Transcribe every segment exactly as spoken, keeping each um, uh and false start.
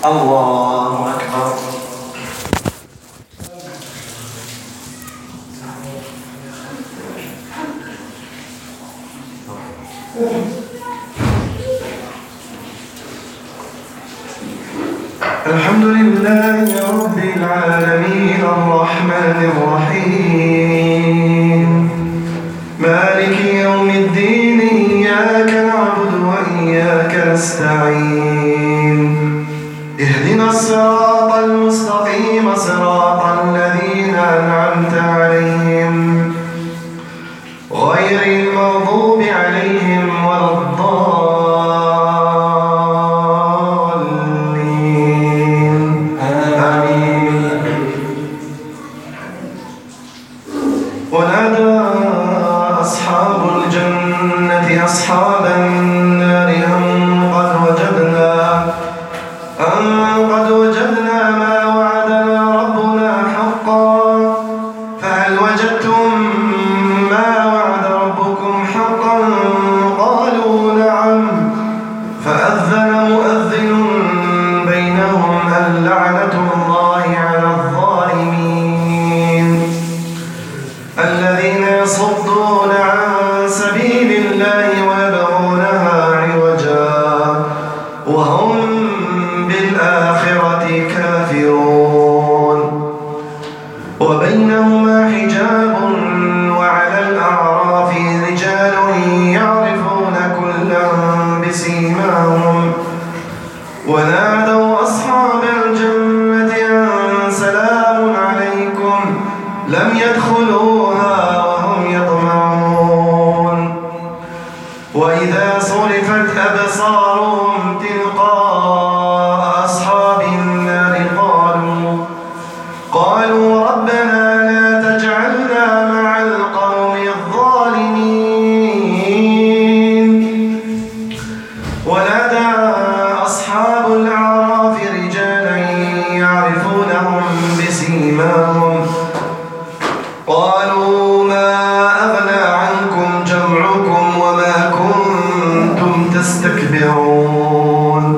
الله أكبر. الحمد لله رب العالمين الرحمن الرحيم مالك يوم الدين إياك نعبد وإياك نستعين اهدنا الصراط المستقيم صراط الذين أنعمت عليهم غير المغضوب عليهم ولا الضالين آمين. ونادى أصحاب الجنة أصحاب النار أن قد وجدنا أن قد وجدنا ما وعدنا ربنا حقا فهل وجدتم ما وعد ربكم حقا قالوا نعم فأذن مؤذن بينهم اللعنة الله على الظالمين الذين يصدون عن سبيل الله ويبغونها عوجا وهم بالآخرة كافرون وبينهما حجاب وعلى الأعراف رجال يعرفون كلا بسيماهم ونادوا أصحاب الجنة أن سلام عليكم لم يدخلوها وهم يطمعون وإذا صرفت أبصارهم تلقاء أصحاب النار قالوا قالوا ربنا لا تجعلنا مع القوم الظالمين ونادى أصحاب الأعراف رجالا يعرفونهم بسيماهم قالوا ما أغنى عنكم جمعكم وما كنتم تستكبرون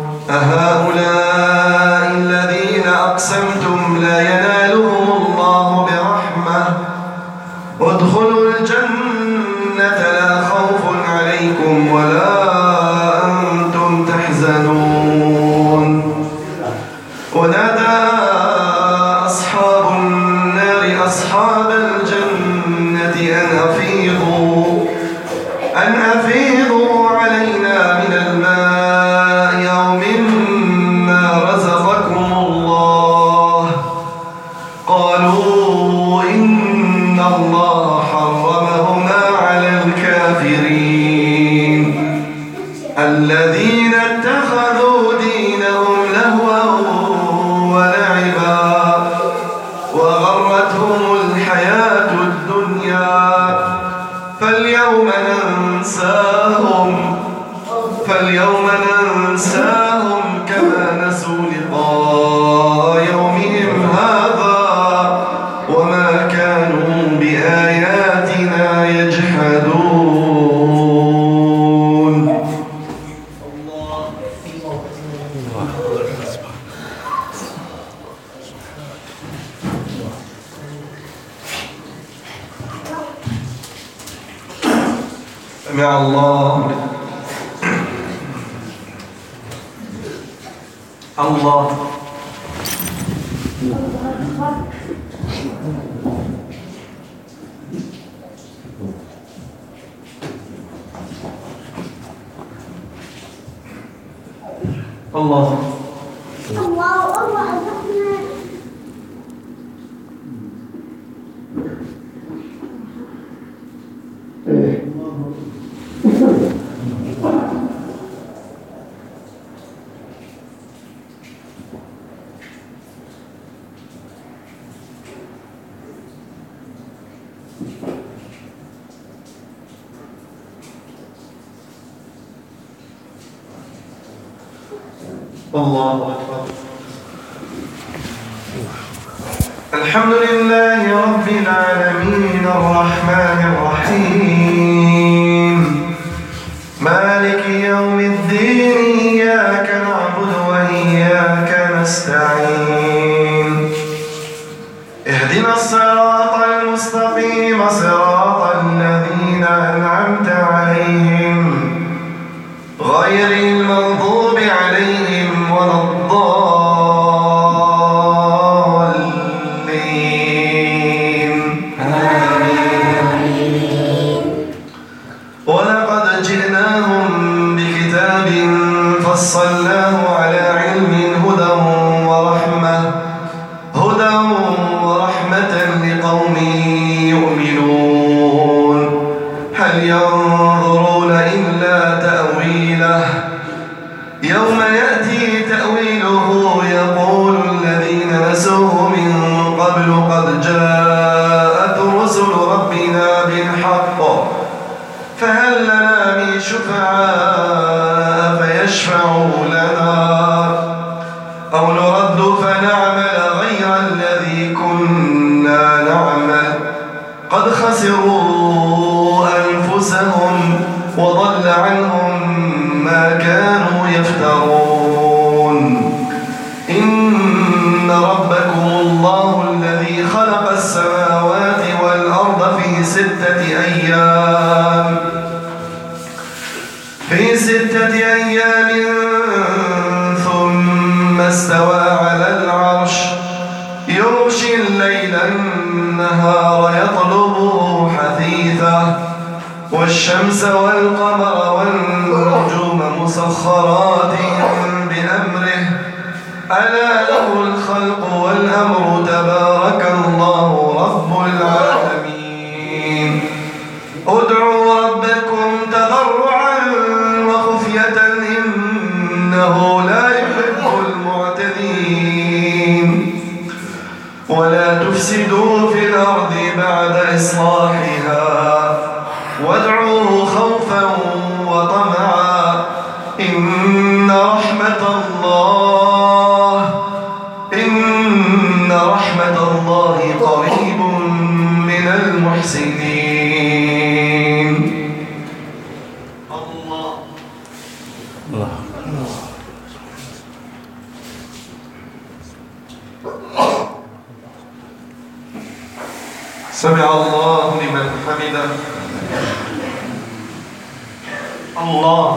أهؤلاء الذين أقسمتم لا ينالهم الله برحمة ادخلوا الجنة لا خوف عليكم ولا أنتم تحزنون ونادى أصحاب النار أصحاب الجنة أن أفيضوا أن أفيضوا علينا من الماء أو مما رزقكم الله قالوا إن الله حرمهما على الكافرين الذين اتخذوا دينهم لهوا ولعبا وغرتهم الحياة الدنيا فاليوم ننساهم فاليوم ننساهم كما نسوا لقاء يومهم هذا وما كانوا بآياتنا يجحدون. سمع الله الله الله الله الله الله أكبر. الحمد لله رب العالمين الرحمن الرحيم مالك يوم الدين إياك نعبد وإياك نستعين اهدنا الصراط المستقيم صراط الذين أنعمت عليهم غير المغضوب عليهم ولا الضالين آمين. ولقد جئناهم بكتاب فصلناه على علم هدى ورحمة هدى ورحمة لقوم يؤمنون هل ينظرون إلا تأويله يوم يأتي تأويله يقول الذين نسوه من قبل قد جاءت رسل ربنا بالحق فهل لنا من شفعاء فيشفعوا لنا أو نرد فنعمل غير الذي كنا نعمل قد خسروا أنفسهم وضل عنهم ما كانوا يفترون إن ربكم الله الذي خلق السماوات والأرض في ستة أيام في ستة أيام ثم استوى على العرش يغشي الليل النهار يطلبه حثيثا والشمس والقمر والنجوم مسخرات بأمره ألا له الخلق والأمر تبارك الله رب العالمين ادعوا ربكم تضرعا وخفية إنه لا يحب المعتدين ولا تفسدوا في الأرض بعد إصلاحها وادعوه خوفا وطمعا إن رحمة الله إن رحمة الله قريب من المحسنين الله سمع الله لمن حمده الله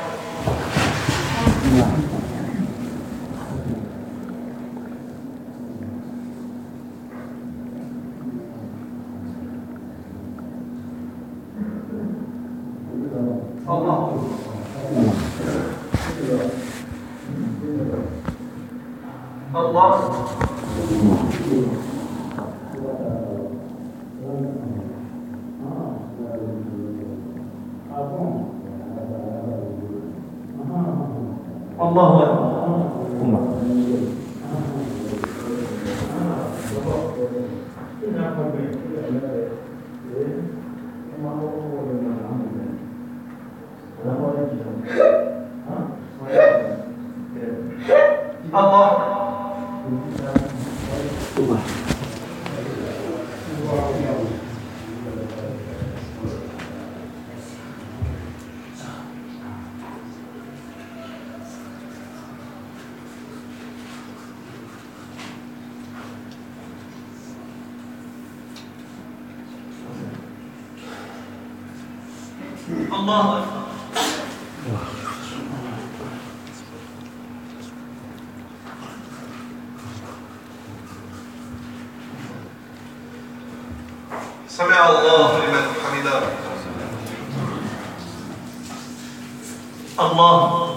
الله الله الله سمع الله لمن حمده الله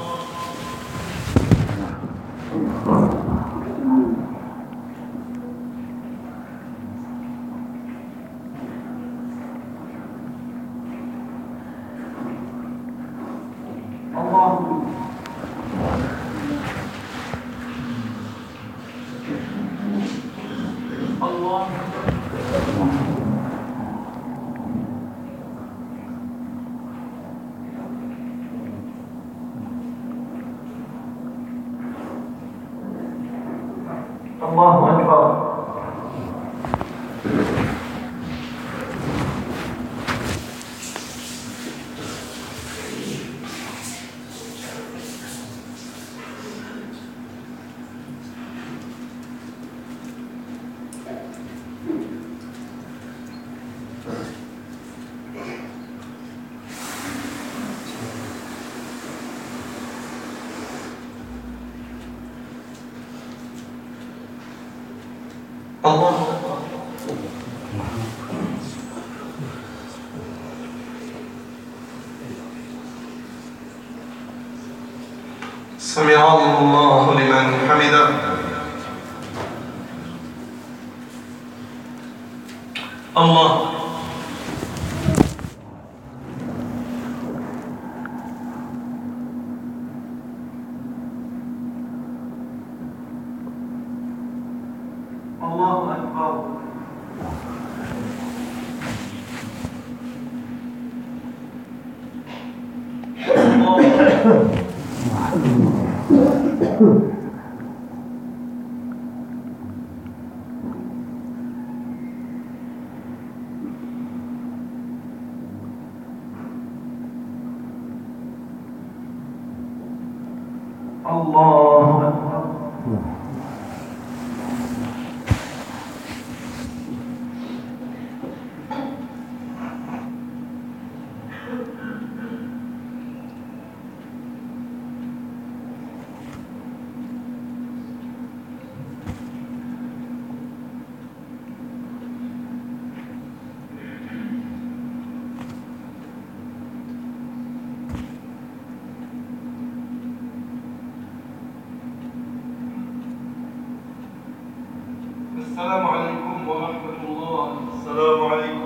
الله أكبر. الله سمع الله لمن حمده الله الله أكبر الله أكبر السلام عليكم ورحمة الله. السلام عليكم